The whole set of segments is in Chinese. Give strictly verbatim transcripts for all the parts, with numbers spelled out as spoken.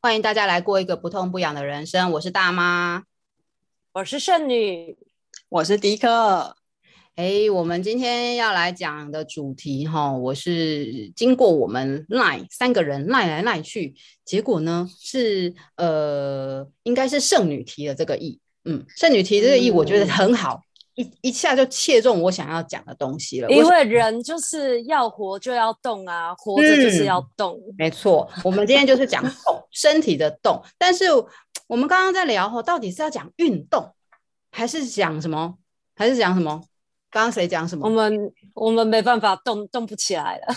欢迎大家来过一个不痛不痒的人生。我是大妈， 我是圣女， 我是迪克。 哎，我们今天要来讲的主题哈，我是经过我们 LINE 三个人 LINE 来 LINE 去，结果呢是呃，应该是圣女提的这个意，嗯，圣女提这个意，我觉得很好。嗯、一一下就切中我想要讲的东西了， 因为人就是要活就要动啊，活着就是要动。 嗯、没错，我们今天就是讲动，身体的动。但是我们刚刚在聊，到底是要讲运动，还是讲什么？还是讲什么？刚刚谁讲什么？ 我们我们没办法动，动不起来了。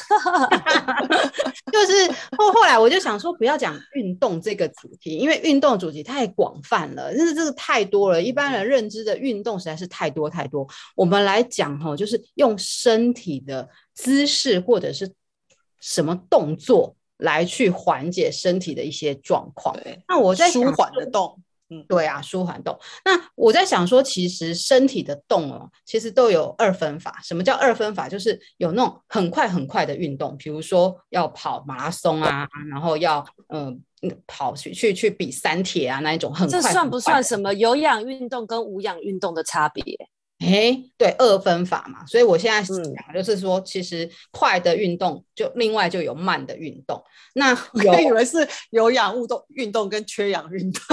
就是后后来我就想说，不要讲运动这个主题，因为运动主题太广泛了，但是这个太多了，一般人认知的运动实在是太多太多。我们来讲哈，就是用身体的姿势或者是什么动作来去缓解身体的一些状况。那我在想舒缓的动。 嗯，对啊，舒缓动。那我在想说，其实身体的动哦，其实都有二分法。什么叫二分法？就是有那种很快很快的运动，比如说要跑马拉松啊，然后要嗯、呃、跑去去去比三铁啊那一种很快很快。 这算不算什么有氧运动跟无氧运动的差别？ 哎，对，二分法嘛，所以我现在讲就是说，嗯、其实快的运动就另外就有慢的运动。那有我以为是有氧运动运动跟缺氧运动，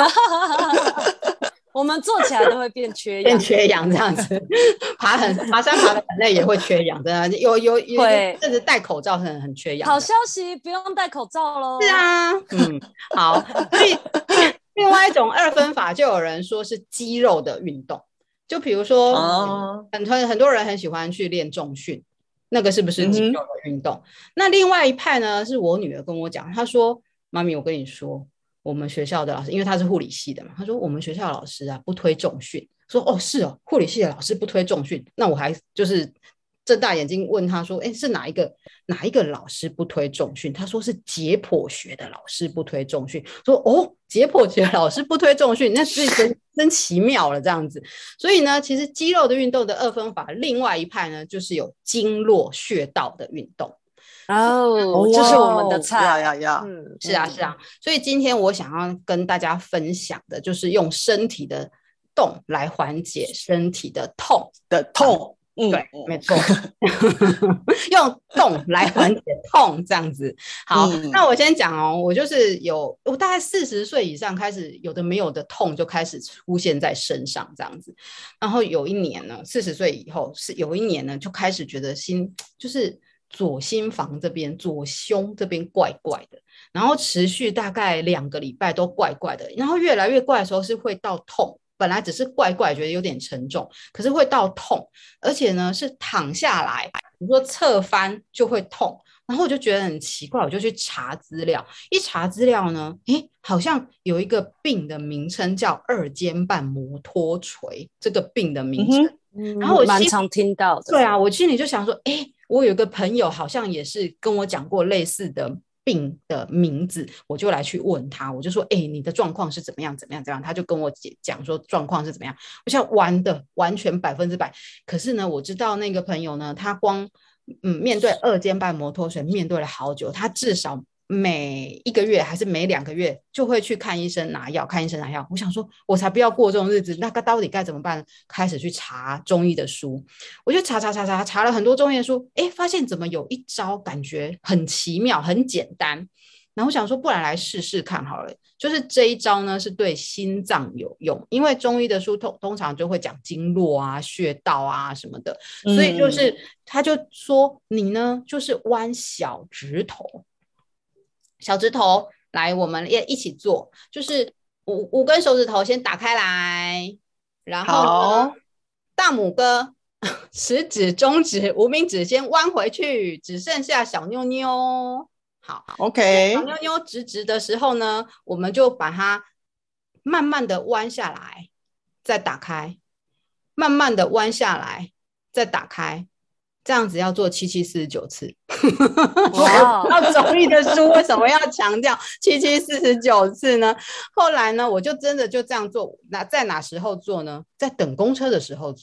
我们做起来都会变缺氧， 变缺氧这样子。爬很爬山爬得很累也会缺氧，真的有有有，甚至戴口罩很很缺氧。 好消息，不用戴口罩喽。 是啊，嗯，好。所以另外一种二分法，就有人说是肌肉的运动。就比如说、哦嗯、很, 很多人很喜欢去练重训，那个是不是肌肉的运动、嗯、那另外一派呢，是我女儿跟我讲，她说妈咪我跟你说，我们学校的老师，因为她是护理系的嘛，她说我们学校的老师啊不推重训，说哦是哦，护理系的老师不推重训，那我还就是睁大眼睛问他说，哎，是哪一个哪一个老师不推重训？他说是解剖学的老师不推重训。说哦，解剖学的老师不推重训，那是真真奇妙了这样子。所以呢，其实肌肉的运动的二分法，另外一派呢，就是有经络穴道的运动。 哦，这是我们的菜呀呀呀！ 嗯，是啊是啊。所以今天我想要跟大家分享的，就是用身体的动来缓解身体的痛的痛。 嗯，对，没错，用动来缓解痛，这样子。好，嗯、那我先讲哦，我就是有，我大概四十岁以上开始有的没有的痛就开始出现在身上，这样子。然后有一年呢，四十岁以后是有一年呢，就开始觉得心就是左心房这边、左胸这边怪怪的，然后持续大概两个礼拜都怪怪的，然后越来越怪的时候是会到痛。本来只是怪怪觉得有点沉重，可是会到痛，而且呢是躺下来比如说侧翻就会痛，然后我就觉得很奇怪，我就去查资料，一查资料呢诶好像有一个病的名称叫二尖瓣膜脱垂，这个病的名称、 嗯、然后我蛮常听到的。 对啊，我心里就想说诶我有一个朋友好像也是跟我讲过类似的病的名字，我就来去问他，我就说哎、欸，你的状况是怎么样怎么样怎么样，他就跟我讲说状况是怎么样，我想完的完全百分之百。可是呢我知道那个朋友呢，他光嗯面对二尖瓣膜脱垂面对了好久，他至少每一个月还是每两个月就会去看医生拿药看医生拿药。我想说我才不要过这种日子，那到底该怎么办？开始去查中医的书，我就查查查查查了很多中医的书，诶发现怎么有一招感觉很奇妙很简单，然后我想说不然来试试看好了。就是这一招呢是对心脏有用，因为中医的书通通常就会讲经络啊穴道啊什么的，所以就是、嗯、他就说你呢就是弯小指头，小指头来我们也一起做，就是五五根手指头先打开来，然后大拇哥食指中指无名指先弯回去，只剩下小妞妞。好 OK， 小妞妞直直的时候呢，我们就把它慢慢的弯下来再打开，慢慢的弯下来再打开，这样子要做七七四十九次。 哇， 要中医的书为什么要强调七七四十九次呢？后来呢我就真的就这样做。那在哪时候做呢？在等公车的时候做，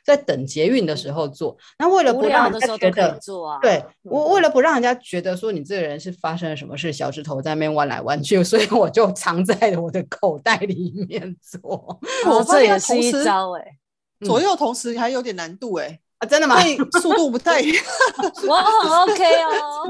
在等捷运的时候做。那为了不让人家觉得， 啊、 对我为了不让人家觉得说你这个人是发生了什么事，小指头在那边弯来弯去，所以我就藏在我的口袋里面做。 哦，这也是一招哎、 欸，左右同时还有点难度哎、欸。 啊，真的吗？ 速度不太一样， 我很 OK 哦。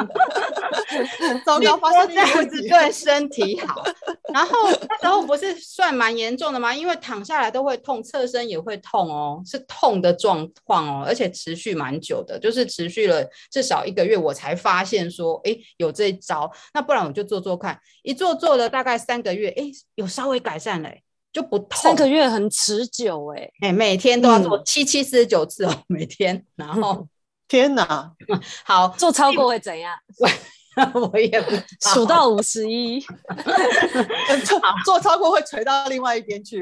糟糕，发现这样子对身体好。然后那时候不是算蛮严重的吗？因为躺下来都会痛，侧身也会痛哦，是痛的状况哦，而且持续蛮久的，就是持续了至少一个月，我才发现说，哎，有这一招。那不然我就做做看，一做做了大概三个月，哎，有稍微改善了。就不痛， 三个月很持久哎、 欸欸，每天都要做七七四十九次哦，每天，然后天哪， 好做超过会怎样？ 我也不知道， 数到五十一， 做做超过会垂到另外一边去，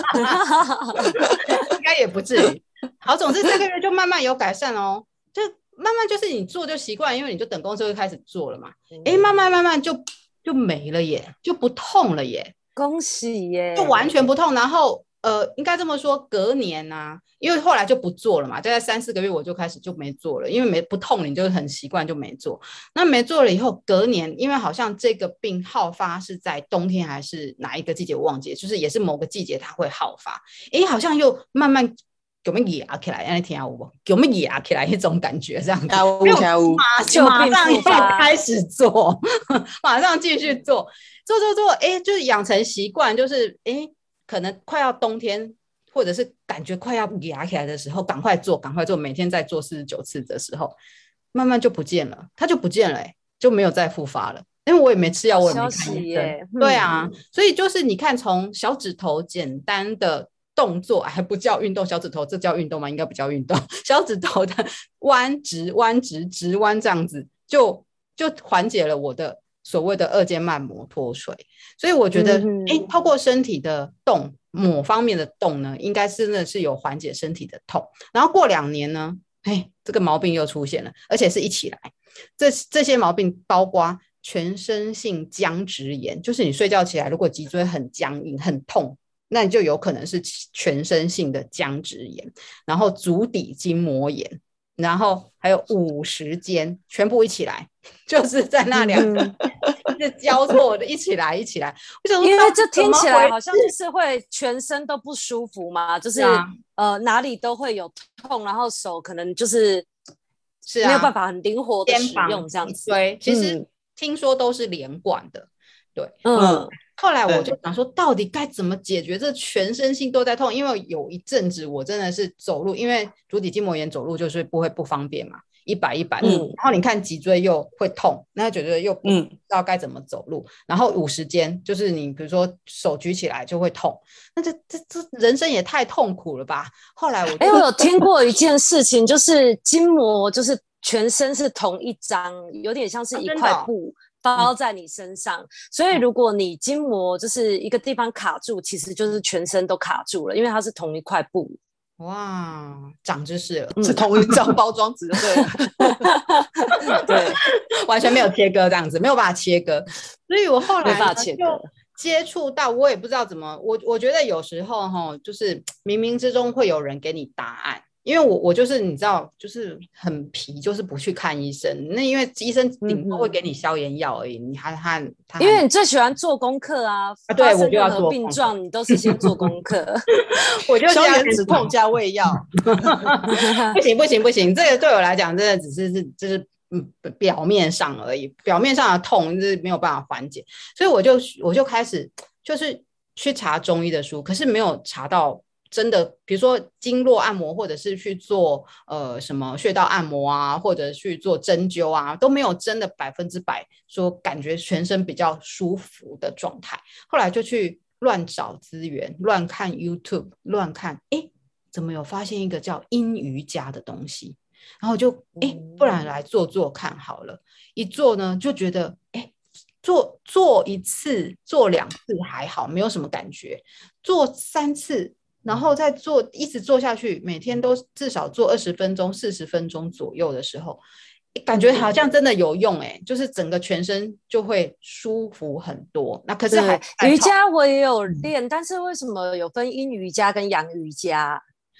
应该也不至于。好，总之这个月就慢慢有改善哦，就慢慢就是你做就习惯，因为你就等公司会开始做了嘛，哎、嗯欸，慢慢慢慢就就没了耶，就不痛了耶。 恭喜耶， 就完全不痛。然后呃，应该这么说，隔年啊，因为后来就不做了嘛，大概三四个月我就开始就没做了，因为没不痛，你就很习惯就没做。那没做了以后，隔年因为好像这个病好发是在冬天还是哪一个季节我忘记，就是也是某个季节它会好发，哎，好像又慢慢给我们压起来，那天啊，我给我们压起来一种感觉，这样子，马马上要开始做，马上继续做。做做做，哎，就是养成习惯，就是哎，可能快要冬天，或者是感觉快要压起来的时候，赶快做，赶快做，每天再做四十九次的时候，慢慢就不见了，它就不见了，哎，就没有再复发了。因为我也没吃药，我也没看医生，嗯、对啊，所以就是你看，从小指头简单的动作，还不叫运动，小指头这叫运动吗？应该不叫运动，小指头的弯直、弯直、直弯这样子，就就缓解了我的所谓的二尖瓣膜脱垂。所以我觉得，嗯、诶，透过身体的动，某方面的动呢，应该是真的是有缓解身体的痛。然后过两年呢，哎，这个毛病又出现了，而且是一起来。这这些毛病包括全身性僵直炎，就是你睡觉起来如果脊椎很僵硬很痛，那你就有可能是全身性的僵直炎，然后足底筋膜炎，然后还有五十肩，全部一起来，就是在那两个、嗯、是交错的一起来一起来。 因为这听起来好像就是会全身都不舒服嘛，就是、啊、呃哪里都会有痛，然后手可能就是是没有办法很灵活的使用这样子。 对，其实、嗯、听说都是连贯的，对，嗯。后来我就想说，到底该怎么解决这全身性都在痛？因为有一阵子我真的是走路，因为足底筋膜炎走路就是不会不方便嘛，一摆一摆的、嗯。然后你看脊椎又会痛，那觉得又不知道该怎么走路。嗯、然后五十肩，就是你比如说手举起来就会痛，那这这这人生也太痛苦了吧？后来我哎、欸，我有听过一件事情，就是筋膜就是全身是同一张，有点像是一块布。啊包在你身上、嗯，所以如果你筋膜就是一个地方卡住，其实就是全身都卡住了，因为它是同一块布。 哇，长知识了， 嗯、是同一张包装纸，对， 对，完全没有切割这样子，没有办法切割。所以我后来没办法切割。 接触到，我也不知道怎么，我我觉得有时候哈，就是冥冥之中会有人给你答案。因为我我就是你知道，就是很皮，就是不去看医生。那因为医生顶多会给你消炎药而已，嗯、你还还因为你最喜欢做功课啊， 啊对，我就要做病状，你都是先做功课。 我就消炎止痛加胃药， 不行不行不行，这个对我来讲真的只是是就是嗯表面上而已，表面上的痛是没有办法缓解，所以我就我就开始就是去查中医的书，可是没有查到。真的，比如说经络按摩，或者是去做呃什么穴道按摩啊，或者去做针灸啊，都没有真的百分之百说感觉全身比较舒服的状态。后来就去乱找资源，乱看 YouTube， 乱看，哎，怎么有发现一个叫阴瑜伽的东西？然后就哎，不然来做做看好了。一做呢，就觉得哎。做做一次做两次还好，没有什么感觉，做三次然后再做一直做下去，每天都至少做二十分钟四十分钟左右的时候，感觉好像真的有用哎、欸，就是整个全身就会舒服很多。那可是还瑜伽我也有练、嗯、但是为什么有分阴瑜伽跟阳瑜伽？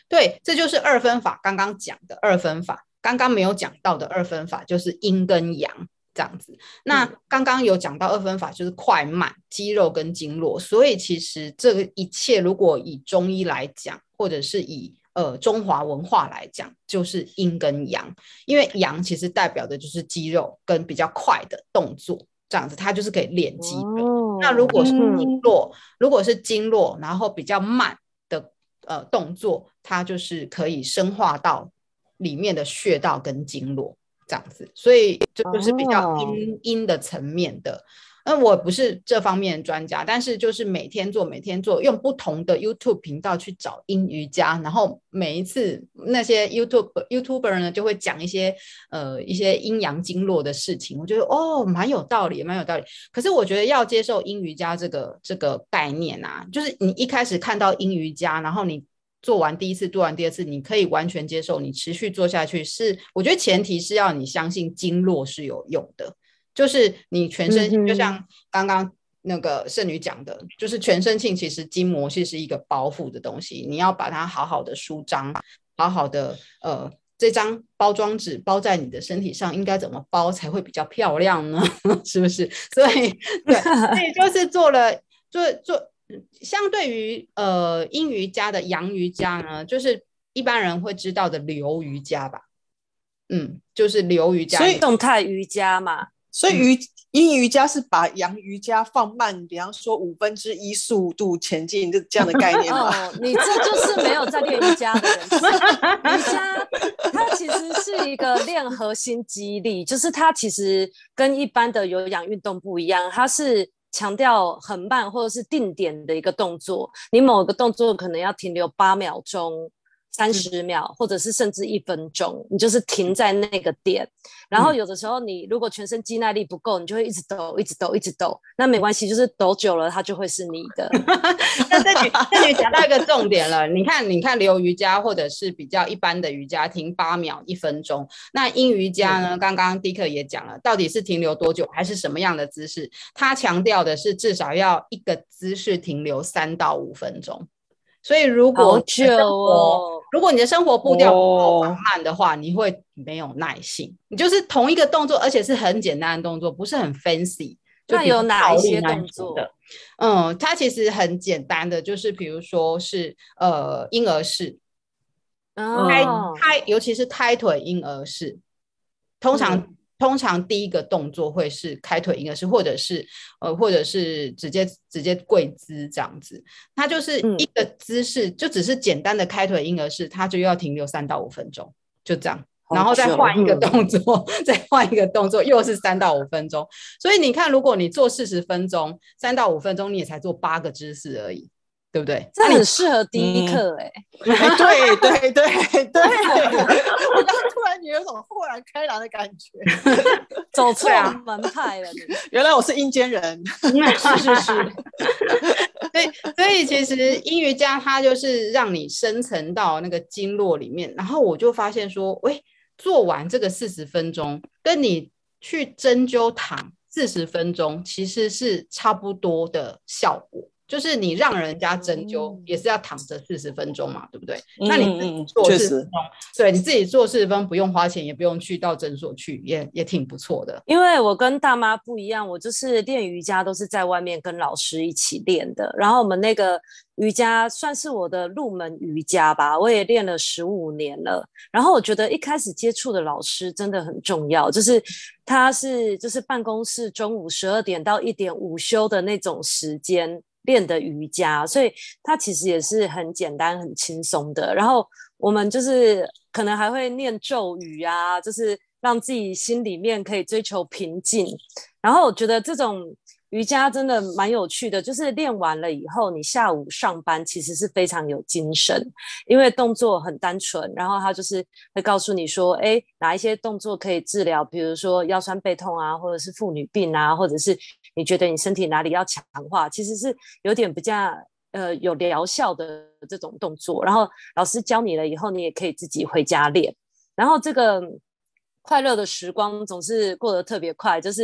对，这就是二分法刚刚讲的二分法，刚刚没有讲到的二分法就是阴跟阳这样子。那刚刚有讲到二分法就是快慢、肌肉跟经络，所以其实这个一切如果以中医来讲，或者是以呃中华文化来讲，就是阴跟阳，因为阳其实代表的就是肌肉跟比较快的动作。这样子它就是可以练肌肉、哦、那如果是经络、嗯、如果是经络然后比较慢的呃动作，它就是可以深化到里面的穴道跟经络这样子，所以这就是比较阴阴、哦、的层面的。那我不是这方面的专家，但是就是每天做每天做，用不同的 YouTube 频道去找阴瑜伽，然后每一次那些 YouTube YouTuber 呢就会讲一些呃一些阴阳经络的事情，我觉得哦蛮有道理蛮有道理。可是我觉得要接受阴瑜伽这个这个概念啊，就是你一开始看到阴瑜伽，然后你做完第一次做完第二次你可以完全接受，你持续做下去，是我觉得前提是要你相信经络是有用的，就是你全身性、嗯、就像刚刚那个圣女讲的，就是全身性其实筋膜是一个包覆的东西，你要把它好好的舒张，好好的呃这张包装纸包在你的身体上应该怎么包才会比较漂亮呢？是不是？所以对，所以就是做了做做相对于呃阴瑜伽的阳瑜伽呢，就是一般人会知道的流瑜伽吧，嗯，就是流瑜伽， 所以动态瑜伽嘛。 所以瑜阴瑜伽是把阳瑜伽放慢，比方说五分之一速度前进，这这样的概念吗？ 哦，你这就是没有在练瑜伽的人。瑜伽它其实是一个练核心肌力，就是它其实跟一般的有氧运动不一样，它是强调很慢或者是定点的一个动作，你某个动作可能要停留八秒钟。三十秒、嗯、或者是甚至一分钟，你就是停在那个点，然后有的时候你如果全身肌耐力不够，你就会一直抖一直抖一直抖，那没关系，就是抖久了它就会是你的。 那这里这里讲到一个重点了，你看你看流瑜伽或者是比较一般的瑜伽停八秒一分钟，那阴瑜伽呢、嗯、刚刚 Dick 也讲了，到底是停留多久还是什么样的姿势，他强调的是至少要一个姿势停留三到五分钟。所以如果好久哦， 如果你的生活步调不够缓慢的话、哦、你会没有耐性，你就是同一个动作而且是很简单的动作，不是很 fancy。 那有哪一些动作？ 嗯，它其实很简单的，就是比如说是呃婴儿式、 哦、 开开尤其是开腿婴儿式，通常、嗯通常第一个动作会是开腿婴儿式，或者是呃，或者是直接直接跪姿这样子。它就是一个姿势、嗯，就只是简单的开腿婴儿式，它就要停留三到五分钟，就这样，然后再换一个动作，嗯、再换一个动作，又是三到五分钟。所以你看，如果你做四十分钟，三到五分钟，你也才做八个姿势而已。对不对？ 这很适合第一课哎、 欸嗯欸！对对对对，我刚突然有一种豁然开朗的感觉， 走错门派了、啊。 原来我是阴间人， 是是是。所以所以其实阴瑜伽它就是让你深层到那个经络里面，然后我就发现说，喂，做完这个四十分钟，跟你去针灸躺四十分钟，其实是差不多的效果。就是你让人家针灸、嗯、也是要躺着四十分钟嘛，对不对？嗯、那你自己做四十分钟，对，你自己做四十分钟不用花钱，也不用去到诊所去，也也挺不错的。 因为我跟大妈不一样，我就是练瑜伽都是在外面跟老师一起练的，然后我们那个瑜伽算是我的入门瑜伽吧，我也练了十五年了。然后我觉得一开始接触的老师真的很重要，就是他是就是办公室中午十二点到一点午休的那种时间练的瑜伽，所以它其实也是很简单很轻松的。然后我们就是可能还会念咒语啊，就是让自己心里面可以追求平静。然后我觉得这种瑜伽真的蛮有趣的，就是练完了以后你下午上班其实是非常有精神，因为动作很单纯，然后他就是会告诉你说诶哪一些动作可以治疗，比如说腰酸背痛啊，或者是妇女病啊，或者是你觉得你身体哪里要强化，其实是有点比较呃有疗效的这种动作，然后老师教你了以后你也可以自己回家练。然后这个快乐的时光总是过得特别快，就是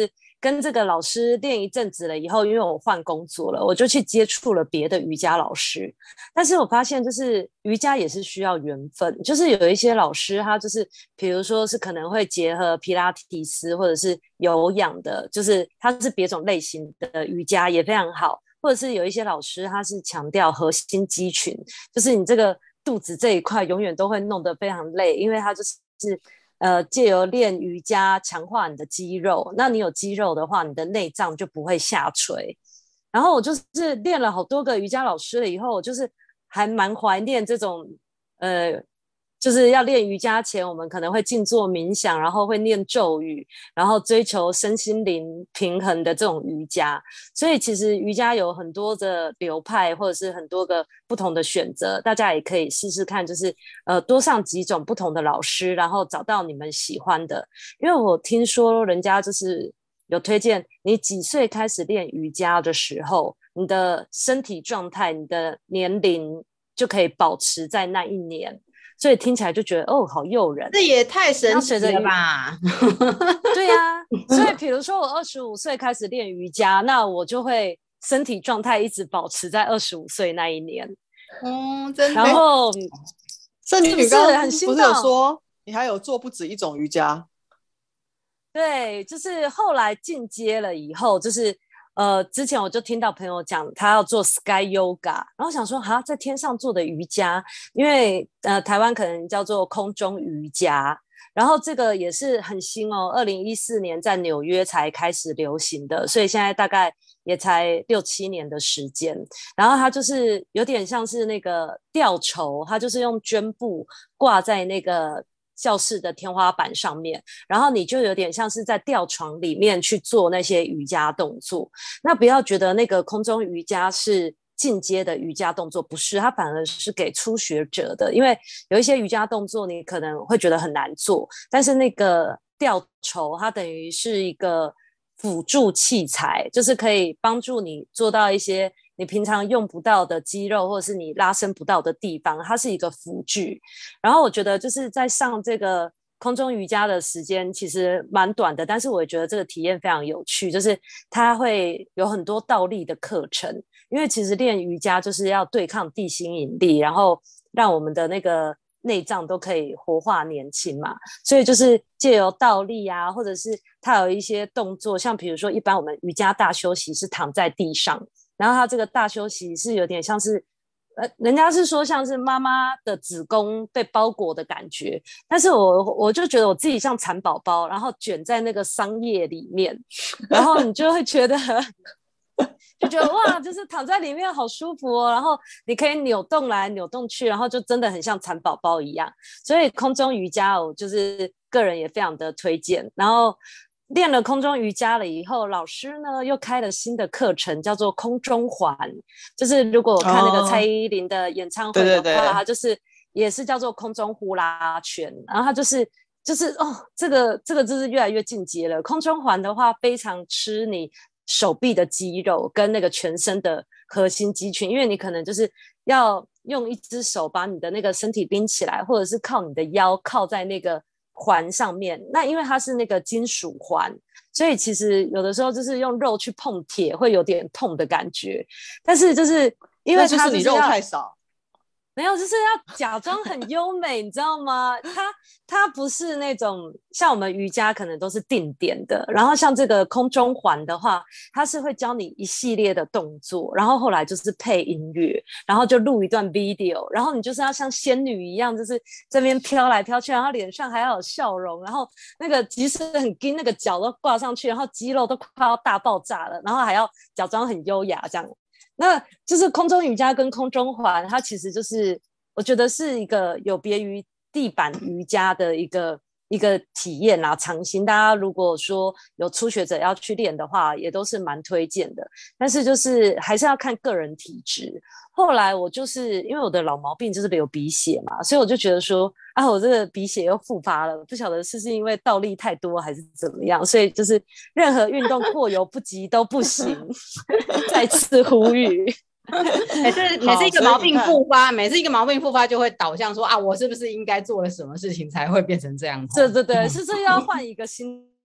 跟这个老师练一阵子了以后，因为我换工作了，我就去接触了别的瑜伽老师。但是我发现，就是瑜伽也是需要缘分，就是有一些老师他就是比如说是可能会结合皮拉提斯或者是有氧的，就是他是别种类型的瑜伽也非常好，或者是有一些老师他是强调核心肌群，就是你这个肚子这一块永远都会弄得非常累，因为他就是呃，借由练瑜伽强化你的肌肉，那你有肌肉的话，你的内脏就不会下垂。然后我就是练了好多个瑜伽老师了以后，我就是还蛮怀念这种呃就是要练瑜伽前我们可能会静坐冥想，然后会念咒语，然后追求身心灵平衡的这种瑜伽。所以其实瑜伽有很多的流派或者是很多个不同的选择，大家也可以试试看，就是呃多上几种不同的老师，然后找到你们喜欢的。因为我听说人家就是有推荐你几岁开始练瑜伽的时候，你的身体状态你的年龄就可以保持在那一年，所以听起来就觉得哦好诱人。 这也太神奇了吧。 对啊，所以比如说我二十五岁开始练瑜伽，那我就会身体状态一直保持在二十五岁那一年。 哦，真的。 然后圣女刚刚不是有说你还有做不止一种瑜伽？ 对，就是后来进阶了以后，就是呃，之前我就听到朋友讲他要做 Sky Yoga， 然后想说哈，在天上做的瑜伽，因为呃台湾可能叫做空中瑜伽，然后这个也是很新哦，二零一四年在纽约才开始流行的，所以现在大概也才六七年的时间。然后它就是有点像是那个吊绸，它就是用绢布挂在那个教室的天花板上面，然后你就有点像是在吊床里面去做那些瑜伽动作。那不要觉得那个空中瑜伽是进阶的瑜伽动作，不是，它反而是给初学者的，因为有一些瑜伽动作你可能会觉得很难做，但是那个吊绸它等于是一个辅助器材，就是可以帮助你做到一些你平常用不到的肌肉或者是你拉伸不到的地方，它是一个辅具。然后我觉得就是在上这个空中瑜伽的时间其实蛮短的，但是我也觉得这个体验非常有趣，就是它会有很多倒立的课程，因为其实练瑜伽就是要对抗地心引力，然后让我们的那个内脏都可以活化年轻嘛，所以就是借由倒立啊，或者是它有一些动作，像比如说一般我们瑜伽大休息是躺在地上，然后它这个大休息是有点像是呃，人家是说像是妈妈的子宫被包裹的感觉，但是我我就觉得我自己像蚕宝宝，然后卷在那个桑叶里面，然后你就会觉得就觉得哇，就是躺在里面好舒服哦，然后你可以扭动来扭动去，然后就真的很像蚕宝宝一样。所以空中瑜伽我就是个人也非常的推荐。然后练了空中瑜伽了以后，老师呢又开了新的课程，叫做空中环。就是如果我看那个蔡依林的演唱会的话，哦、对对对，它就是也是叫做空中呼啦圈。然后它就是就是哦，这个这个就是越来越进阶了。空中环的话，非常吃你手臂的肌肉跟那个全身的核心肌群，因为你可能就是要用一只手把你的那个身体拎起来，或者是靠你的腰靠在那个环上面。那因为它是那个金属环，所以其实有的时候就是用肉去碰铁会有点痛的感觉，但是就是因为它就是你肉太少， 没有，就是要假装很优美，你知道吗？它它不是那种像我们瑜伽可能都是定点的，然后像这个空中环的话，它是会教你一系列的动作，然后后来就是配音乐，然后就录一段 video， 然后你就是要像仙女一样，就是这边飘来飘去，然后脸上还要有笑容，然后那个即使很硬，那个脚都挂上去，然后肌肉都快要大爆炸了，然后还要假装很优雅这样。那就是空中瑜伽跟空中环，它其实就是我觉得是一个有别于地板瑜伽的一个一个体验啦，尝新。大家如果说有初学者要去练的话，也都是蛮推荐的。但是就是还是要看个人体质。后来我就是因为我的老毛病就是流鼻血嘛，所以我就觉得说啊，我这个鼻血又复发了，不晓得是不是因为倒立太多还是怎么样，所以就是任何运动过犹不及都不行。再次呼吁。 每次每次一个毛病复发，每次一个毛病复发就会导向说啊，我是不是应该做了什么事情才会变成这样子？ 对对对，是不是要换一个心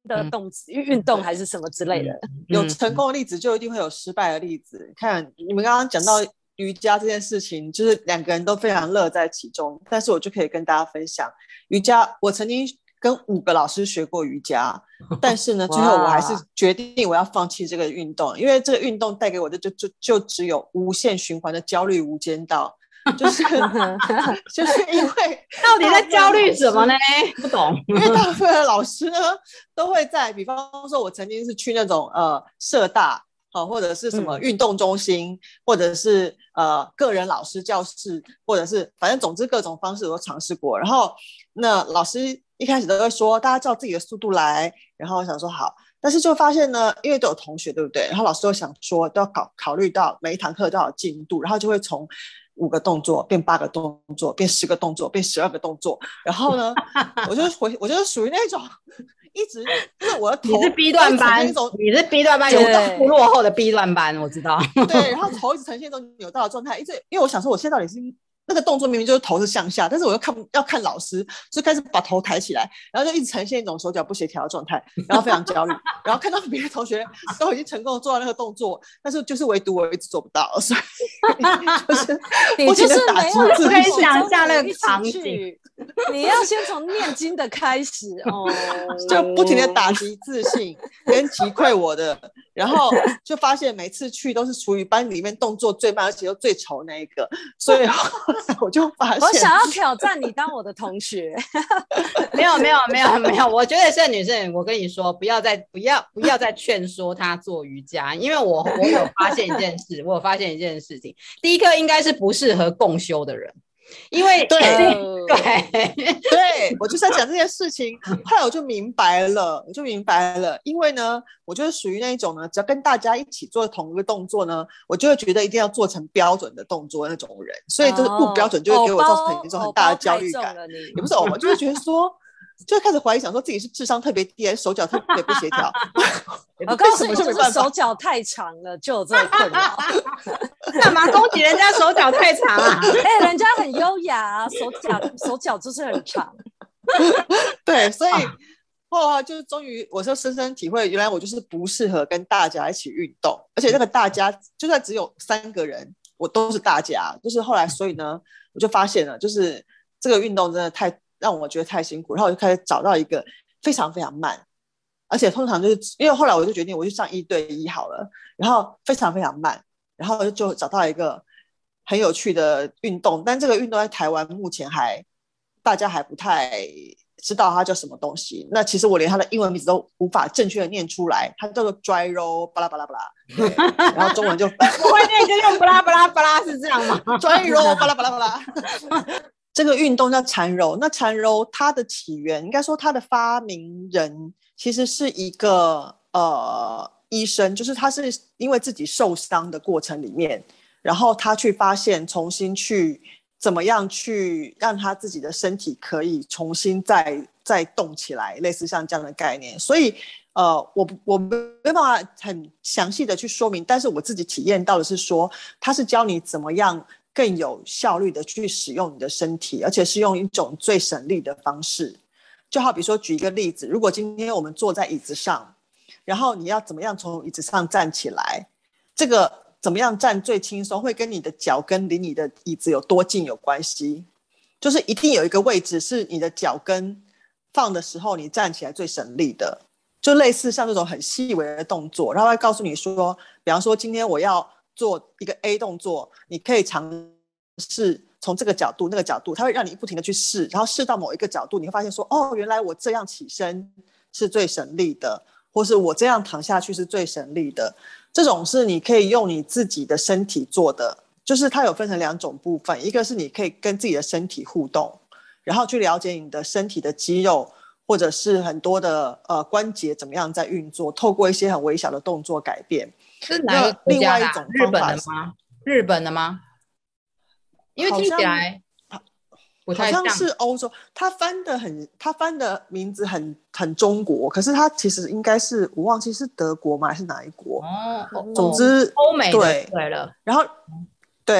的动运动还是什么之类的。 有成功的例子就一定会有失败的例子。看你们刚刚讲到瑜伽这件事情，就是两个人都非常乐在其中，但是我就可以跟大家分享瑜伽，我曾经跟五个老师学过瑜伽，但是呢最后我还是决定我要放弃这个运动，因为这个运动带给我的就就就只有无限循环的焦虑无间道，就是就是因为到底在焦虑什么呢？不懂。 因为大部分的老师呢都会在，比方说我曾经是去那种呃社大、哦、或者是什么运动中心、嗯、或者是呃个人老师教室，或者是反正总之各种方式我都尝试过。然后那老师一开始都会说大家照自己的速度来，然后我想说好，但是就发现呢，因为都有同学对不对，然后老师都想说都要考考虑到每一堂课都要有进度，然后就会从五个动作变八个动作变十个动作变十二个动作，然后呢我就回我就是属于那种一直就是我的头你是 B 段班，你是 B 段班有到不落后的 B 段班，我知道。 对，然后头一直呈现一种扭到的状态，一直因为我想说我现在到底是那个动作明明就是头是向下，但是我又看要看老师，就开始把头抬起来，然后就一直呈现一种手脚不协调的状态，然后非常焦虑。然后看到别的同学都已经成功的做到那个动作，但是就是唯独我一直做不到，所以就是不停的打击自己。 可以想象那个场景， 你要先从念经的开始哦， 就不停的打击自信跟击溃我的，然后就发现每次去都是属于班里面动作最慢而且又最丑那一个，所以我就发现我想要挑战你当我的同学。 没有没有没有没有，我觉得这女生，我跟你说，不要再不要不要再劝说她做瑜伽，因为我我有发现一件事，我有发现一件事情，第一个应该是不适合共修的人。因为对对对，我就是在讲这件事情，后来我就明白了，我就明白了，因为呢，我就是属于那一种呢，只要跟大家一起做同一个动作呢，我就会觉得一定要做成标准的动作那种人，所以就是不标准就会给我造成一种很大的焦虑感，也不是我就会觉得说。就开始怀疑，想说自己是智商特别低还是手脚特别不协调。 我告诉你，就是手脚太长了就有这个困扰。 干嘛攻击人家手脚太长啊？ 哎、欸，人家很优雅啊，手脚手脚就是很长。 对，所以后来就是终于我就深深体会，原来我就是不适合跟大家一起运动，而且那个大家就算只有三个人，我都是大家。就是后来，所以呢，我就发现了，就是这个运动真的太。让我觉得太辛苦，然后我就开始找到一个非常非常慢，而且通常就是因为后来我就决定我就上一对一好了，然后非常非常慢，然后就找到一个很有趣的运动，但这个运动在台湾目前还大家还不太知道它叫什么东西。那其实我连它的英文名字都无法正确的念出来，它叫做 dry roll 巴拉巴拉巴拉，然后中文就不会念就用巴拉巴拉巴拉，是这样吗？ dry roll 巴拉巴拉巴拉。这个运动叫缠柔，那缠柔它的起源应该说它的发明人其实是一个呃医生，就是他是因为自己受伤的过程里面，然后他去发现重新去怎么样去让他自己的身体可以重新再再动起来，类似像这样的概念。所以呃我我没办法很详细的去说明，但是我自己体验到的是说他是教你怎么样更有效率的去使用你的身体，而且是用一种最省力的方式。就好比说举一个例子，如果今天我们坐在椅子上，然后你要怎么样从椅子上站起来，这个怎么样站最轻松会跟你的脚跟离你的椅子有多近有关系，就是一定有一个位置是你的脚跟放的时候你站起来最省力的，就类似像这种很细微的动作，然后会告诉你说，比方说今天我要做一个 A 动作，你可以尝试从这个角度那个角度，它会让你不停的去试，然后试到某一个角度，你会发现说，哦，原来我这样起身是最省力的，或是我这样躺下去是最省力的。这种是你可以用你自己的身体做的，就是它有分成两种部分，一个是你可以跟自己的身体互动，然后去了解你的身体的肌肉或者是很多的呃关节怎么样在运作，透过一些很微小的动作改变。 是哪个国家的、啊？日本的吗？日本的吗？因为听起来不太像， 好像是欧洲。他翻的很，他翻的名字很很中国，可是他其实应该是我忘记是德国吗还是哪一国？ 哦， 总之欧美的对对了。 然后对，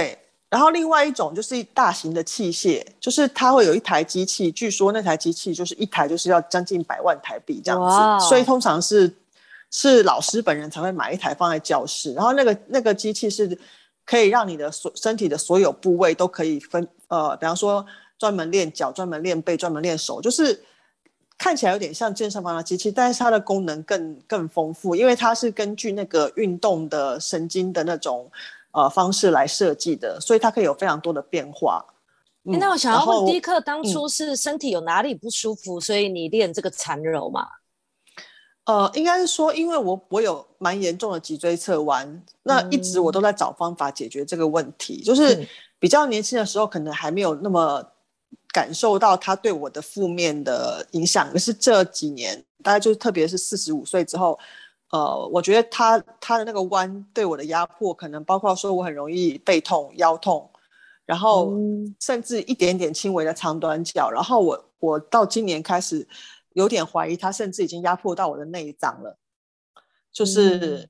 然后另外一种就是大型的器械，就是它会有一台机器，据说那台机器就是一台就是要将近百万台币这样子，所以通常是是老师本人才会买一台放在教室，然后那个那个机器是可以让你的所身体的所有部位都可以分呃，比方说专门练脚、专门练背、专门练手，就是看起来有点像健身房的机器，但是它的功能更更丰富，因为它是根据那个运动的神经的那种呃方式来设计的，所以它可以有非常多的变化。 嗯欸、那我想要问，迪克当初是身体有哪里不舒服，嗯、所以你练这个缠柔吗？ 呃，应该是说，因为我我有蛮严重的脊椎侧弯，那一直我都在找方法解决这个问题。嗯、就是比较年轻的时候，可能还没有那么感受到它对我的负面的影响，可是这几年，大概就是特别是四十五岁之后，呃，我觉得它它的那个弯对我的压迫，可能包括说我很容易背痛、腰痛，然后甚至一点点轻微的长短脚，然后我我到今年开始。有点怀疑它甚至已经压迫到我的内脏了，就是、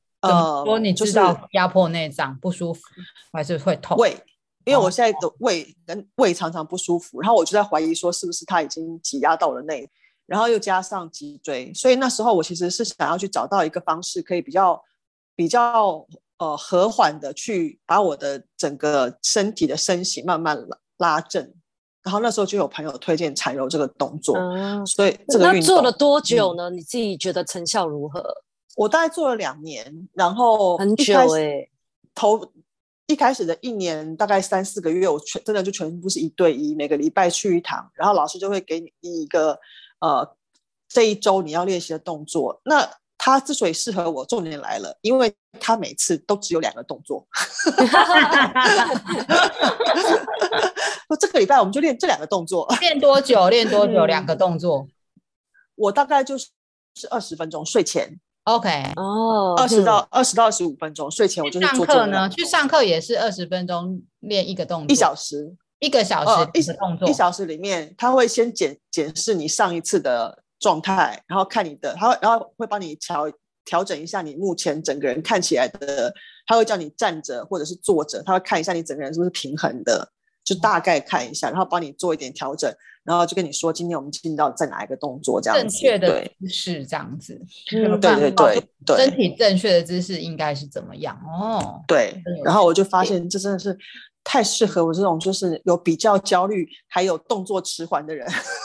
嗯、呃，说你知道压迫内脏不舒服还是会痛？ 胃，因为我现在的胃跟胃常常不舒服，然后我就在怀疑说是不是它已经挤压到我的内，然后又加上脊椎，所以那时候我其实是想要去找到一个方式，可以比较比较呃和缓的去把我的整个身体的身形慢慢拉正。然后那时候就有朋友推荐缠柔这个动作，嗯、所以这个运动那做了多久呢、嗯？你自己觉得成效如何？ 我大概做了两年，然后很久哎、欸， 头一开始的一年大概三四个月，我全真的就全部是一对一，每个礼拜去一堂，然后老师就会给你一个呃这一周你要练习的动作。那他之所以适合我，重点来了，因为他每次都只有两个动作。说这个礼拜我们就练这两个动作。 练多久？练多久？两、嗯、个动作？ 我大概就是二十分钟，睡前。 OK， 哦， 二十到二十到二十五分钟，睡前我就是做这个。 上课呢？去上课也是二十分钟练一个动作， 一小时， 一个小时、呃、一个动作， 一小时里面他会先检检视你上一次的状态，然后看你的，他会然后会帮你调调整一下你目前整个人看起来的，他会叫你站着或者是坐着，他会看一下你整个人是不是平衡的，就大概看一下，然后帮你做一点调整，然后就跟你说今天我们进到在哪一个动作这样子， 正确的姿势这样子， 嗯，对对对对， 身体正确的姿势应该是怎么样哦？ 对，然后我就发现这真的是太适合我这种就是有比较焦虑还有动作迟缓的人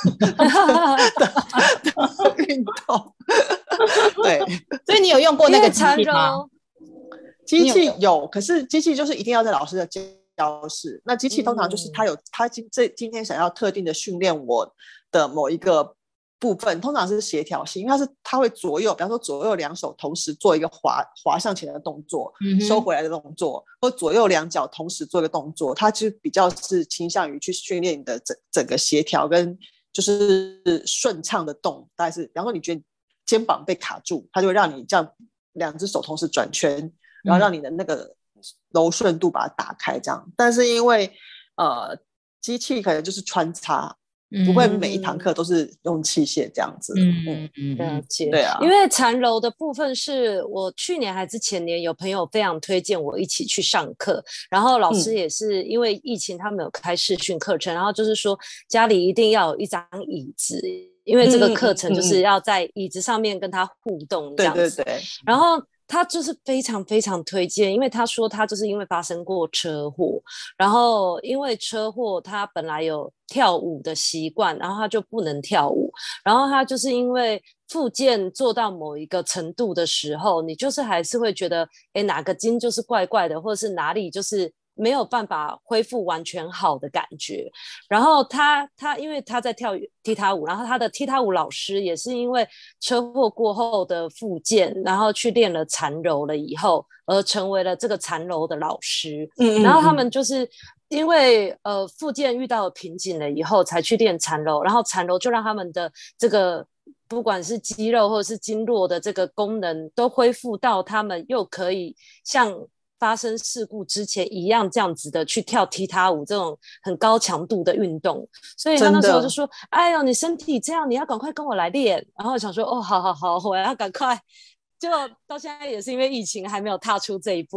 的运动。对， 所以你有用过那个机器吗？ 机器有，可是机器就是一定要在老师的教室。那机器通常就是他有、嗯、他今这今天想要特定的训练我的某一个部分，通常是协调性，因为它是它会左右，比方说左右两手同时做一个滑滑向前的动作、嗯，收回来的动作，或左右两脚同时做一个动作，它就比较是倾向于去训练你的整整个协调跟就是顺畅的动。大概是比方说你觉得肩膀被卡住，它就会让你这样两只手同时转圈，然后让你的那个柔顺度把它打开这样。但是因为呃机器可能就是穿插，不会每一堂课都是用器械这样子。 嗯嗯，了解。 对啊， 因为缠柔的部分是我去年还是前年有朋友非常推荐我一起去上课，然后老师也是因为疫情他们有开视讯课程、嗯、然后就是说家里一定要有一张椅子，因为这个课程就是要在椅子上面跟他互动这样子、嗯嗯、对对对。然后他就是非常非常推荐，因为他说他就是因为发生过车祸，然后因为车祸他本来有跳舞的习惯，然后他就不能跳舞，然后他就是因为复健做到某一个程度的时候，你就是还是会觉得诶哪个筋就是怪怪的，或者是哪里就是没有办法恢复完全好的感觉。然后他他因为他在跳踢踏舞，然后他的踢踏舞老师也是因为车祸过后的复健，然后去练了缠柔了以后而成为了这个缠柔的老师。嗯嗯嗯，然后他们就是因为呃复健遇到了瓶颈了以后才去练缠柔，然后缠柔就让他们的这个不管是肌肉或者是经络的这个功能都恢复到他们又可以像发生事故之前一样这样子的去跳踢踏舞这种很高强度的运动。所以他那时候就说哎呦你身体这样你要赶快跟我来练，然后我想说哦好好好我要赶快，就到现在也是因为疫情还没有踏出这一步。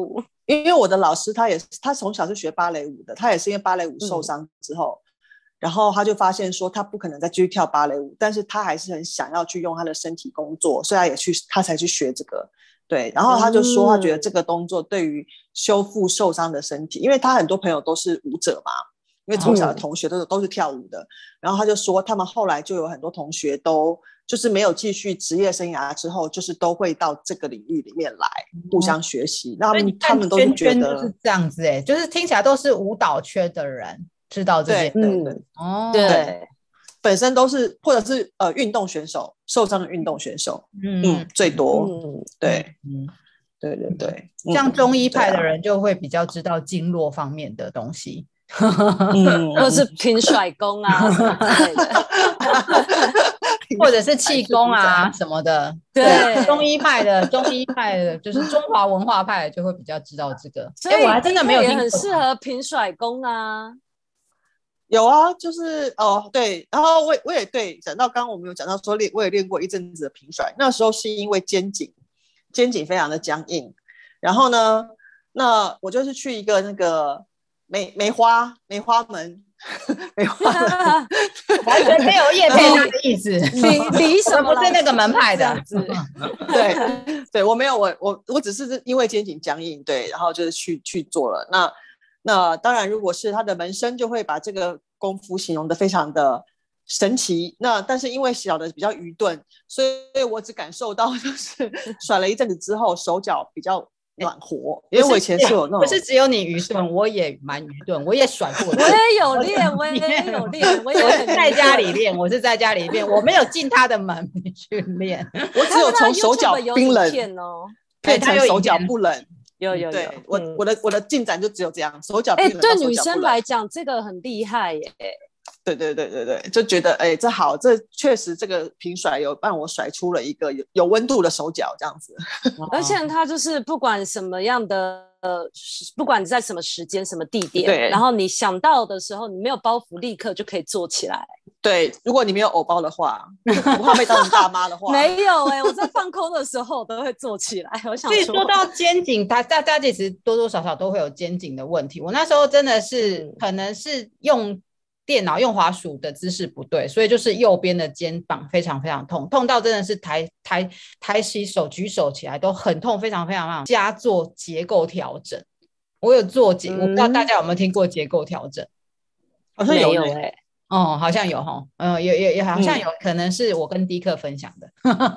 因为我的老师他也是他从小是学芭蕾舞的，他也是因为芭蕾舞受伤之后、嗯、然后他就发现说他不可能再继续跳芭蕾舞，但是他还是很想要去用他的身体工作，所以他也去他才去学这个。对，然后他就说他觉得这个动作对于修复受伤的身体，因为他很多朋友都是舞者嘛，因为从小的同学都是、嗯、都是跳舞的，然后他就说他们后来就有很多同学都就是没有继续职业生涯之后，就是都会到这个领域里面来互相学习，那、嗯、他们都是觉得是这样子哎、欸，就是听起来都是舞蹈圈的人知道这件事， 对对对、 嗯、哦， 对，本身都是或者是呃运动选手，受伤的运动选手，嗯, 嗯最多，嗯对，嗯对对对， 像中医派的人就会比较知道经络方面的东西。 嗯，或是平甩功啊什么之类的， 或者是气功啊什么的。对，中医派的中医派的就是中华文化派就会比较知道这个。 所以、欸、我还真的没有听过，也很适合平甩功啊。 有啊，就是哦对，然后我我也对讲到刚刚我们有讲到说练，我也练过一阵子的平甩，那时候是因为肩颈肩颈非常的僵硬，然后呢，那我就是去一个那个。梅梅花梅花门梅花门完全没有业配他的意思， 离离什么不是那个门派的对对，我没有，我我我只是因为肩颈僵硬，对，然后就是去去做了。那那当然如果是他的门生就会把这个功夫形容的非常的神奇，那但是因为小的比较愚钝，所以我只感受到就是甩了一阵子之后手脚比较暖和，因为我以前是有那种， 不是只有你愚钝，我也蛮愚钝，我也甩过， 我也有练，我也有练，我也在家里练，我是在家里练，我没有进他的门去练， 我只有从手脚冰冷变成手脚不冷。 有有有， 对我、嗯、我的我的进展就只有这样，手脚冰冷。 哎，对女生来讲，这个很厉害耶。 对对对对对，就觉得哎，这好，这确实这个平甩有让我甩出了一个有有温度的手脚，这样子。 而且它就是不管什么样的，呃，不管在什么时间、什么地点， 对， 然后你想到的时候，你没有包袱，立刻就可以做起来。 对，如果你没有偶包的话，不怕被当成大妈的话， 没有哎、欸，我在放空的时候我都会做起来。我想说， 所以说到肩颈，大大家其实多多少少都会有肩颈的问题。我那时候真的是、嗯、可能是用电脑用滑鼠的姿势不对，所以就是右边的肩膀非常非常痛，痛到真的是抬抬抬起手举手起来都很痛，非常非常非常。加做结构调整，我有做结、嗯，我不知道大家有没有听过结构调整？ 好像有哎、欸。 哦，好像有哈，嗯，也也也好像有、嗯，可能是我跟迪克分享的，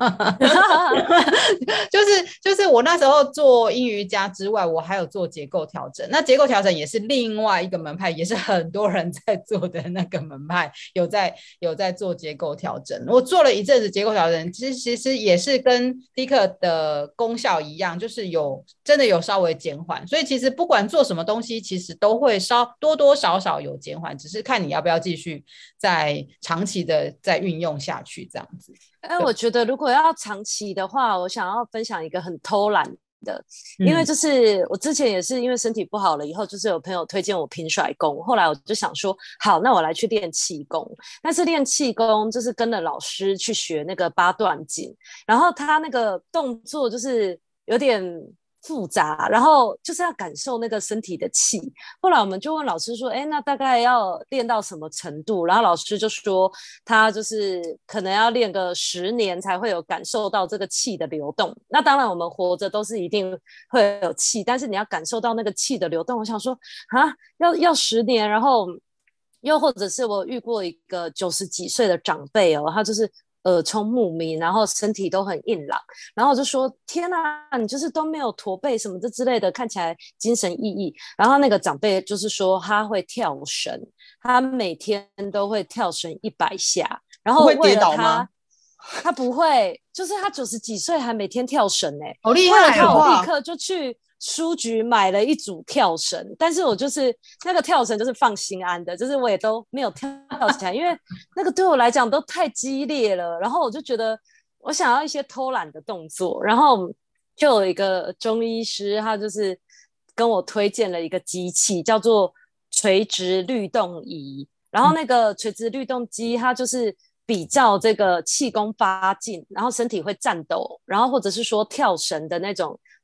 就是就是我那时候做阴瑜伽之外，我还有做结构调整。那结构调整也是另外一个门派，也是很多人在做的那个门派，有在有在做结构调整。我做了一阵子结构调整，其实其实也是跟迪克的功效一样，就是有真的有稍微减缓。所以其实不管做什么东西，其实都会稍多多少少有减缓，只是看你要不要继续。在长期的再运用下去这样子。 哎，我觉得如果要长期的话，我想要分享一个很偷懒的，因为就是我之前也是因为身体不好了以后，就是有朋友推荐我平甩功，后来我就想说好，那我来去练气功。但是练气功就是跟着老师去学那个八段锦，然后他那个动作就是有点复杂，然后就是要感受那个身体的气。后来我们就问老师说，哎，那大概要练到什么程度？然后老师就说，他就是可能要练个十年才会有感受到这个气的流动。那当然我们活着都是一定会有气，但是你要感受到那个气的流动。我想说啊，要要十年，然后又或者是我遇过一个九十几岁的长辈哦，他就是耳聪目明，然后身体都很硬朗，然后我就说天啊，你就是都没有驼背什么的之类的，看起来精神奕奕。然后那个长辈就是说他会跳绳，他每天都会跳绳一百下，然后为了他会跌倒吗？ 他不会，就是他九十几岁还每天跳绳哎、欸， 好厉害哦！我立刻就去书局买了一组跳绳，但是我就是那个跳绳就是放心安的，就是我也都没有跳起来，因为那个对我来讲都太激烈了。然后我就觉得我想要一些偷懒的动作，然后就有一个中医师，他就是跟我推荐了一个机器，叫做垂直律动仪。然后那个垂直律动机，它就是比较这个气功发劲，然后身体会颤抖，然后或者是说跳绳的那种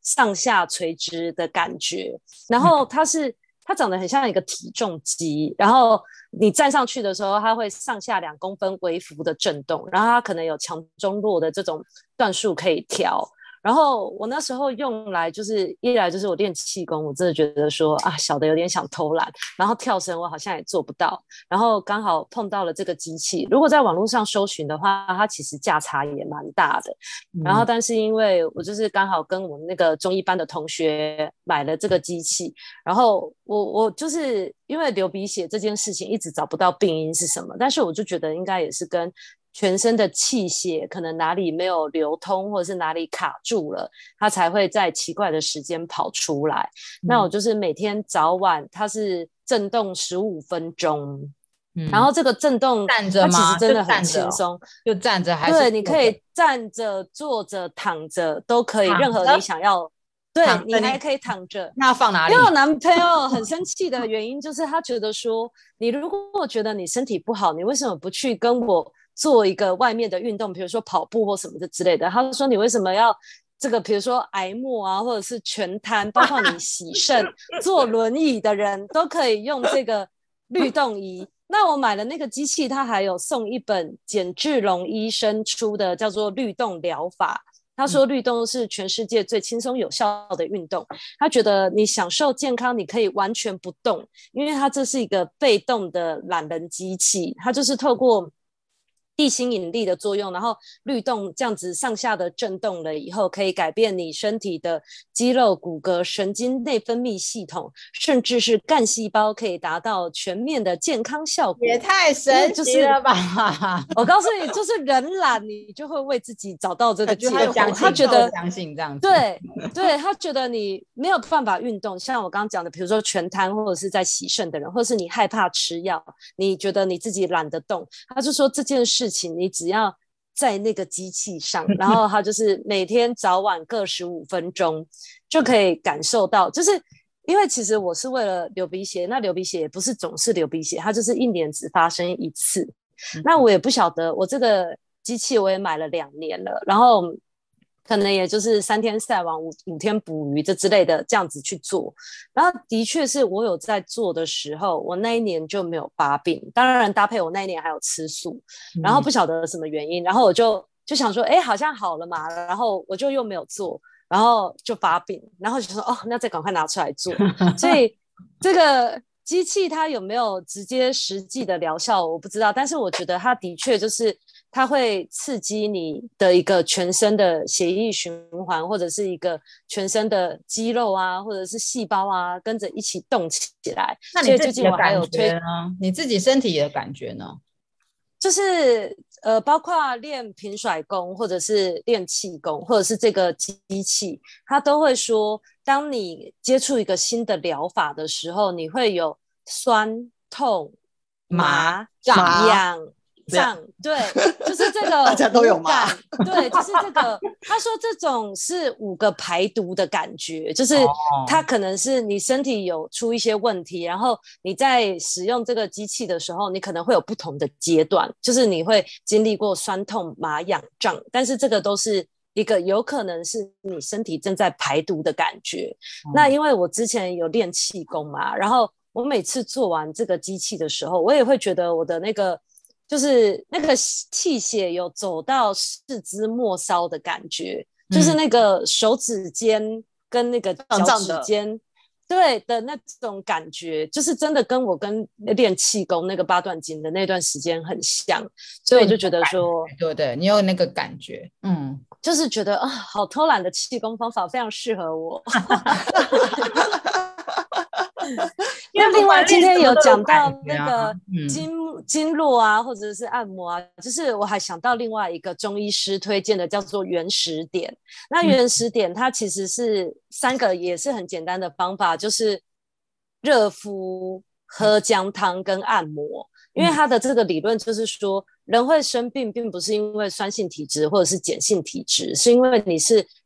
上下垂直的感觉，然后它是它长得很像一个体重机，然后你站上去的时候，它会上下两公分微幅的震动，然后它可能有强中弱的这种段数可以调。然后我那时候用来就是一来就是我练气功，我真的觉得说啊小的有点想偷懒，然后跳绳我好像也做不到，然后刚好碰到了这个机器，如果在网络上搜寻的话，它其实价差也蛮大的。然后但是因为我就是刚好跟我那个中医班的同学买了这个机器，然后我我就是因为流鼻血这件事情一直找不到病因是什么，但是我就觉得应该也是跟全身的气血可能哪里没有流通，或者是哪里卡住了，它才会在奇怪的时间跑出来。嗯、那我就是每天早晚它是震动十五分钟，嗯、然后这个震动站着吗？ 它其实真的很轻松， 就站着还是对，你可以站着、坐着、躺着都可以，任何你想要。对，你还可以躺着。 那要放哪里？ 因为我男朋友很生气的原因就是他觉得说，你如果觉得你身体不好，你为什么不去跟我做一个外面的运动，比如说跑步或什么的之类的？他说你为什么要这个，比如说挨磨啊，或者是全瘫，包括你洗肾、坐轮椅的人都可以用这个律动仪。那我买了那个机器，它还有送一本简志龙医生出的叫做律动疗法。他说律动是全世界最轻松有效的运动，他觉得你享受健康你可以完全不动，因为它这是一个被动的懒人机器，它就是透过地心引力的作用，然后律动这样子上下的震动了以后，可以改变你身体的肌肉、骨骼、神经、内分泌系统，甚至是干细胞，可以达到全面的健康效果。 也太神奇了吧！ 我告诉你，就是人懒，你就会为自己找到这个借口。 他觉得相信这样子， 对对，他觉得你没有办法运动，像我刚刚讲的，比如说全瘫或者是在洗肾的人，或者是你害怕吃药，你觉得你自己懒得动，他就说这件事。事情你只要在那个机器上，然后它就是每天早晚各十五分钟就可以感受到，就是因为其实我是为了流鼻血，那流鼻血也不是总是流鼻血，它就是一年只发生一次。嗯、那我也不晓得，我这个机器我也买了两年了，然后可能也就是三天晒网五五天捕鱼这之类的这样子去做，然后的确是我有在做的时候，我那一年就没有发病，当然搭配我那一年还有吃素，然后不晓得什么原因，然后我就就想说，哎，好像好了嘛，然后我就又没有做，然后就发病，然后就说哦，那再赶快拿出来做，所以这个机器它有没有直接实际的疗效我不知道，但是我觉得它的确就是它会刺激你的一个全身的血液循环，或者是一个全身的肌肉啊，或者是细胞啊，跟着一起动起来。 那你自己的感觉呢？你自己身体的感觉呢？ 就是呃，包括练平甩功，或者是练气功，或者是这个机器，它都会说，当你接触一个新的疗法的时候，你会有酸、痛、麻、痒。胀，对，就是这个大家都有麻， 对，就是这个。他说这种是五个排毒的感觉，就是它可能是你身体有出一些问题，然后你在使用这个机器的时候，你可能会有不同的阶段，就是你会经历过酸痛、麻痒、胀，但是这个都是一个有可能是你身体正在排毒的感觉。嗯、那因为我之前有练气功嘛，然后我每次做完这个机器的时候，我也会觉得我的那个。就是那个气血有走到四肢末梢的感觉，嗯、就是那个手指尖跟那个脚趾尖，对的那种感觉，就是真的跟我跟练气功那个八段锦的那段时间很像，所以我就觉得说， 对对，你有那个感觉，嗯， 就是觉得啊，好偷懒的气功方法非常适合我。因为另外今天有讲到那个经经络啊，或者是按摩啊，就是我还想到另外一个中医师推荐的叫做原始点。那原始点它其实是三个也是很简单的方法，就是热敷、喝姜汤跟按摩。因为它的这个理论就是说，人会生病并不是因为酸性体质或者是碱性体质，是因为你是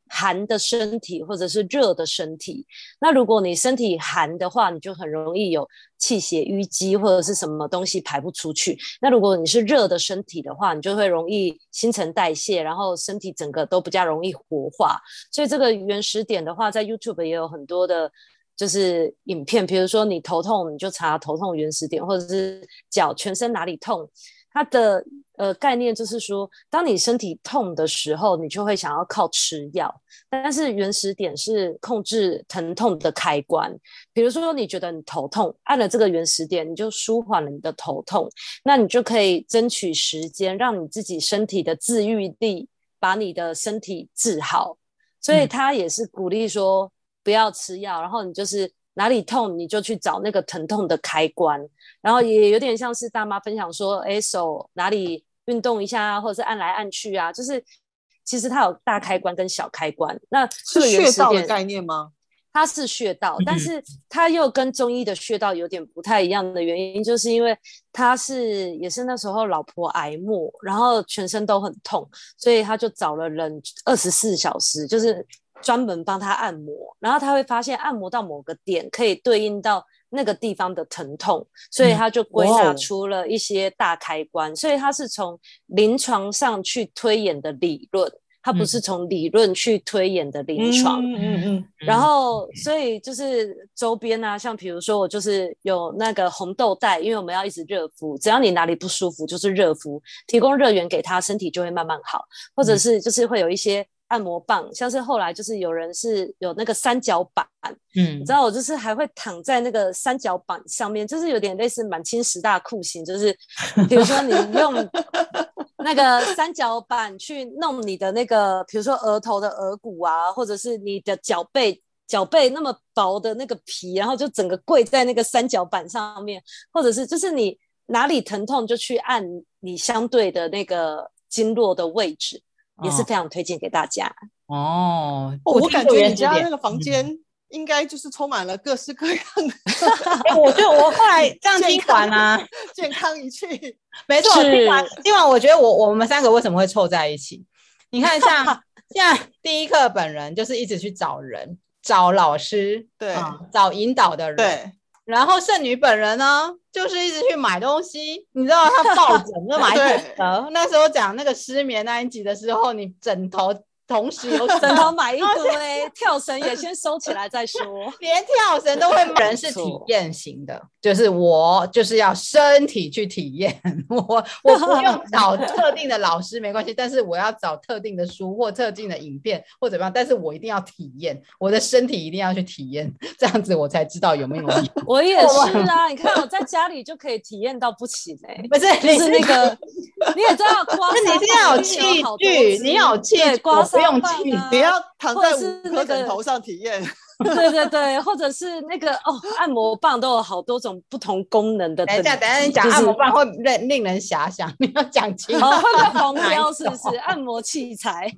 寒的身体或者是热的身体。那如果你身体寒的话，你就很容易有气血淤积或者是什么东西排不出去。那如果你是热的身体的话，你就会容易新陈代谢，然后身体整个都比较容易活化。所以这个原始点的话，在 YouTube 也有很多的就是影片，比如说你头痛，你就查头痛原始点，或者是脚全身哪里痛，它的呃概念就是说，当你身体痛的时候，你就会想要靠吃药，但是原始点是控制疼痛的开关。比如说你觉得你头痛，按了这个原始点，你就舒缓了你的头痛，那你就可以争取时间，让你自己身体的自愈力把你的身体治好。所以他也是鼓励说不要吃药，然后你就是哪里痛你就去找那个疼痛的开关，然后也有点像是大妈分享说，哎，手哪里运动一下啊，或者是按来按去啊，就是其实它有大开关跟小开关。那是穴道的概念吗？ 它是穴道，但是它又跟中医的穴道有点不太一样的原因，就是因为他是也是那时候老婆癌末，然后全身都很痛，所以他就找了人二十四小时，就是专门帮他按摩，然后他会发现按摩到某个点可以对应到那个地方的疼痛，所以他就归纳出了一些大开关，嗯、所以他是从临床上去推演的理论，他不是从理论去推演的临床。 嗯嗯嗯。 然后，所以就是周边啊，像比如说我就是有那个红豆袋，因为我们要一直热敷，只要你哪里不舒服就是热敷，提供热源给他，身体就会慢慢好。或者是就是会有一些按摩棒，像是后来就是有人是有那个三角板，嗯，你知道我就是还会躺在那个三角板上面，就是有点类似满清十大酷刑，就是比如说你用那个三角板去弄你的那个，比如说额头的额骨啊，或者是你的脚背脚背那么薄的那个皮，然后就整个跪在那个三角板上面，或者是就是你哪里疼痛就去按你相对的那个经络的位置。也是非常推荐给大家哦。 哦，我感觉你家那个房间应该就是充满了各式各样的、 欸。我就我后来这样听完啊， 健康仪器， 没错。听完听完，我觉得我我们三个为什么会凑在一起？你看像，像像第一课本人就是一直去找人、找老师， 对、 嗯，找引导的人， 对。 然后圣女本人呢，就是一直去买东西，你知道她抱枕就买枕头。那时候讲那个失眠那一集的时候，你枕头同时有枕头买一堆，跳绳也先收起来再说。 连跳绳都会买。人是体验型的，就是我就是要身体去体验。我我不用找特定的老师没关系，但是我要找特定的书或特定的影片或怎么样，但是我一定要体验，我的身体一定要去体验，这样子我才知道有没有用。 我也是啊，你看我在家里就可以体验到不行哎、欸， 不是， 就是那个你也知道刮痧， 你一定要有器具，你要有器具， 刮痧不用器具， 你要躺在五颗枕头上体验。 对对对，或者是那个哦，按摩棒都有好多种不同功能的。 等一下，等一下，你讲按摩棒会令令人遐想，你要讲清楚。 哦，会不会黄标？是不是？按摩器材。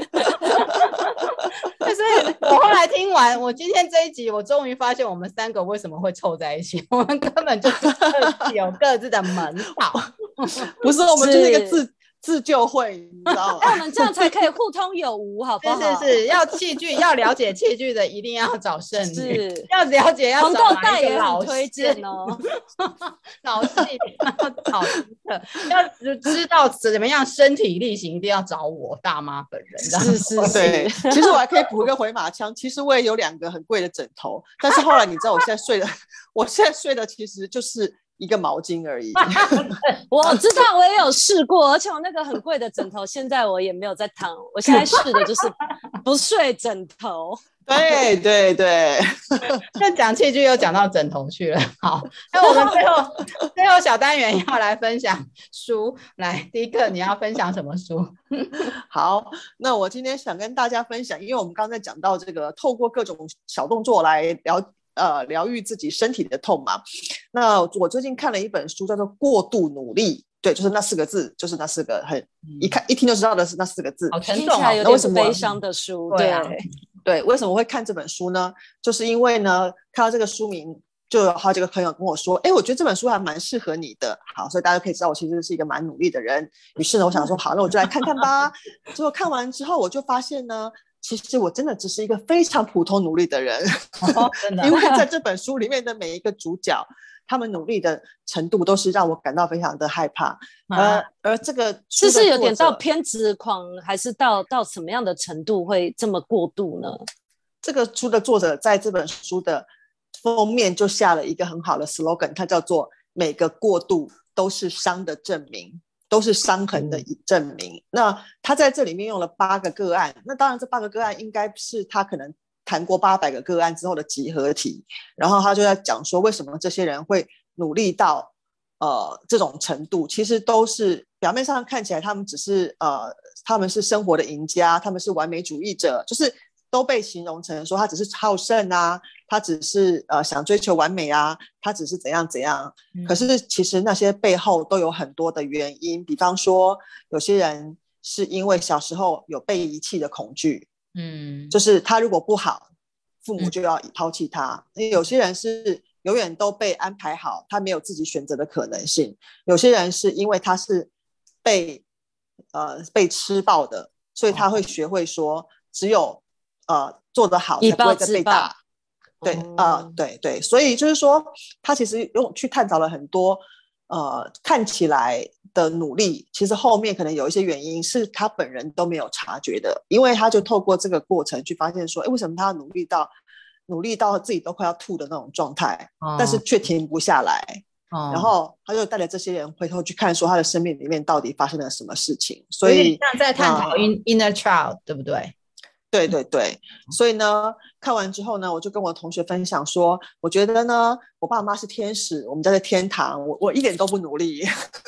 所以我后来听完，我今天这一集，我终于发现我们三个为什么会凑在一起。我们根本就是各自有各自的门道， 不是我们就是一个自。自救会，你知道吗？ 那我们这样才可以互通有无，好不好？ 是是是，要器具，要了解器具的，一定要找圣女；要了解，要找哪一个老师。 推荐哦， 老师一定要找的，要知道怎么样身体力行，一定要找我大妈本人。 是是是，对。其实我还可以补个回马枪，其实我也有两个很贵的枕头，但是后来你知道，我现在睡的，我现在睡的其实就是一个毛巾而已。 我知道，我也有试过，而且我那个很贵的枕头，现在我也没有在躺，我现在试的就是不睡枕头。 对对对， 那讲器具又讲到枕头去了。好，那我们最后最后小单元要来分享书。来，第一个你要分享什么书？ 好，那我今天想跟大家分享，因为我们刚才讲到这个透过各种小动作来聊呃疗愈自己身体的痛嘛。那我最近看了一本书，叫做《过度努力》。对，就是那四个字，就是那四个很、嗯、一看一听就知道的是那四个字， 好沉重啊，有点悲伤的书。对啊， 对，为什么会看这本书呢？就是因为呢，看到这个书名，就有好几个朋友跟我说，哎，我觉得这本书还蛮适合你的。好，所以大家可以知道我其实是一个蛮努力的人。于是呢，我想说，好，那我就来看看吧。结果看完之后，我就发现呢， 其实我真的只是一个非常普通努力的人。 哦、真的因为在这本书里面的每一个主角，他们努力的程度都是让我感到非常的害怕。 啊、 而而这个是是有点到偏执狂，还是到到什么样的程度会这么过度呢？ 这个书的作者在这本书的封面就下了一个很好的 slogan， 它叫做每个过度都是伤的证明，都是伤痕的证明、嗯、那他在这里面用了八个个案，那当然这八个个案应该是他可能谈过八百个个案之后的集合体，然后他就在讲说为什么这些人会努力到呃这种程度，其实都是表面上看起来他们只是呃他们是生活的赢家，他们是完美主义者，就是都被形容成说他只是好胜啊，他只是呃想追求完美啊，他只是怎样怎样、嗯、可是其实那些背后都有很多的原因，比方说有些人是因为小时候有被遗弃的恐惧，嗯，就是他如果不好父母就要抛弃他、嗯、有些人是永远都被安排好，他没有自己选择的可能性，有些人是因为他是被呃被吃爆的，所以他会学会说只有呃做得好才不会再被打，对啊、哦呃，对对，所以就是说他其实用去探讨了很多呃看起来的努力，其实后面可能有一些原因是他本人都没有察觉的，因为他就透过这个过程去发现说，哎，为什么他努力到努力到自己都快要吐的那种状态、哦、但是却停不下来、哦、然后他就带着这些人回头去看说他的生命里面到底发生了什么事情，所以像在探讨 inner child、嗯、对不对？ 对对对，所以呢看完之后呢，我就跟我同学分享说，我觉得呢我爸妈是天使，我们家在天堂，我我一点都不努力。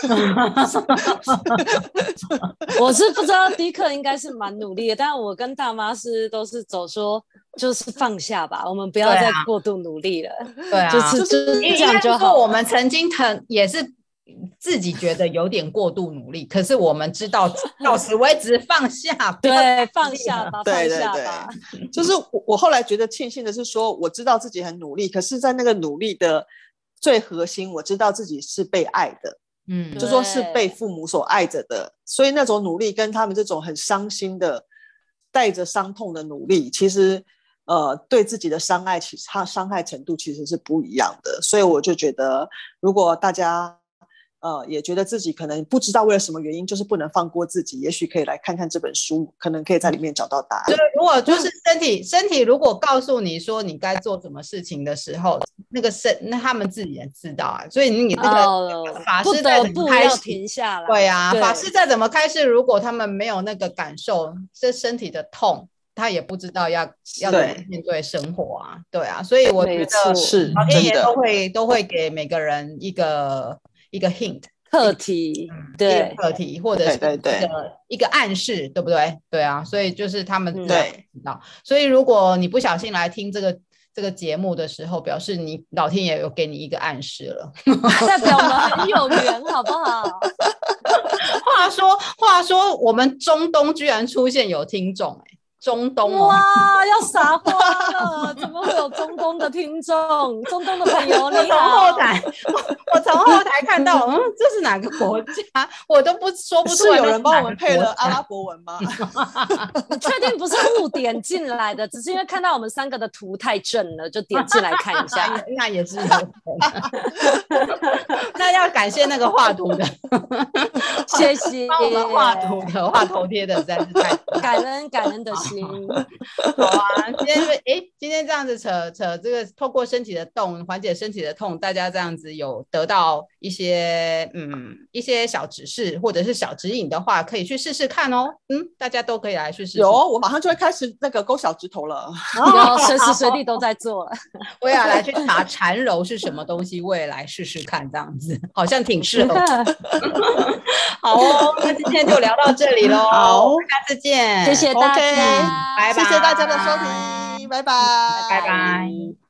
我是不知道迪克应该是蛮努力的，但我跟大妈是都是走说就是放下吧，我们不要再过度努力了。 对啊， 就是就是这样就好。 我们曾经很也是自己觉得有点过度努力，可是我们知道到此为止，放下。 对，放下吧， 对对对， 放下吧。 就是我我后来觉得庆幸的是说，我知道自己很努力，可是在那个努力的最核心，我知道自己是被爱的，嗯，就说是被父母所爱着的，所以那种努力跟他们这种很伤心的带着伤痛的努力，其实呃对自己的伤害其他伤害程度其实是不一样的，所以我就觉得如果大家呃，也觉得自己可能不知道为了什么原因就是不能放过自己，也许可以来看看这本书，可能可以在里面找到答案。 就是如果就是身体身体如果告诉你说你该做什么事情的时候，那个身那他们自己也知道啊，所以你这个法师再怎么开始、 哦、停下来， 对啊，对，法师再怎么开始，如果他们没有那个感受，这身体的痛他也不知道要要怎么面对生活啊，对啊，所以我觉得是老天爷都会都会给每个人一个一个 hint 课题，对， 课题或者是一个对对对一个暗示，对不对？对啊，所以就是他们知道。所以如果你不小心来听这个这个节目的时候，表示你老天爷有给你一个暗示了， 代表我们很有缘，好不好？ 话说话说，我们中东居然出现有听众、欸，中东、哦、 哇，要撒花了！怎么会有中东的听众？中东的朋友，你好。 从后台，我, 我从后台看到，嗯，这是哪个国家？我都不说不出来。 是有人帮我们配了阿拉伯文吗？ 你确定不是误点进来的？只是因为看到我们三个的图太正了，就点进来看一下。 那也是有可能。那要感谢那个画图的， 谢谢。 帮我们画图的、画头贴的，实在是太感恩感恩的心。 好啊，今天哎，今天这样子扯扯这个，透过身体的动缓解身体的痛，大家这样子有得到一些嗯一些小指示或者是小指引的话，可以去试试看哦。嗯，大家都可以来去试试。 有，我马上就会开始那个勾小指头了， 有，随时随地都在做。 我也要来去查缠柔是什么东西，我也来试试看，这样子好像挺适合。好哦，那今天就聊到这里喽，好，下次见， 谢谢大家， okay, 拜拜， 谢谢大家的收听，拜拜， 拜拜。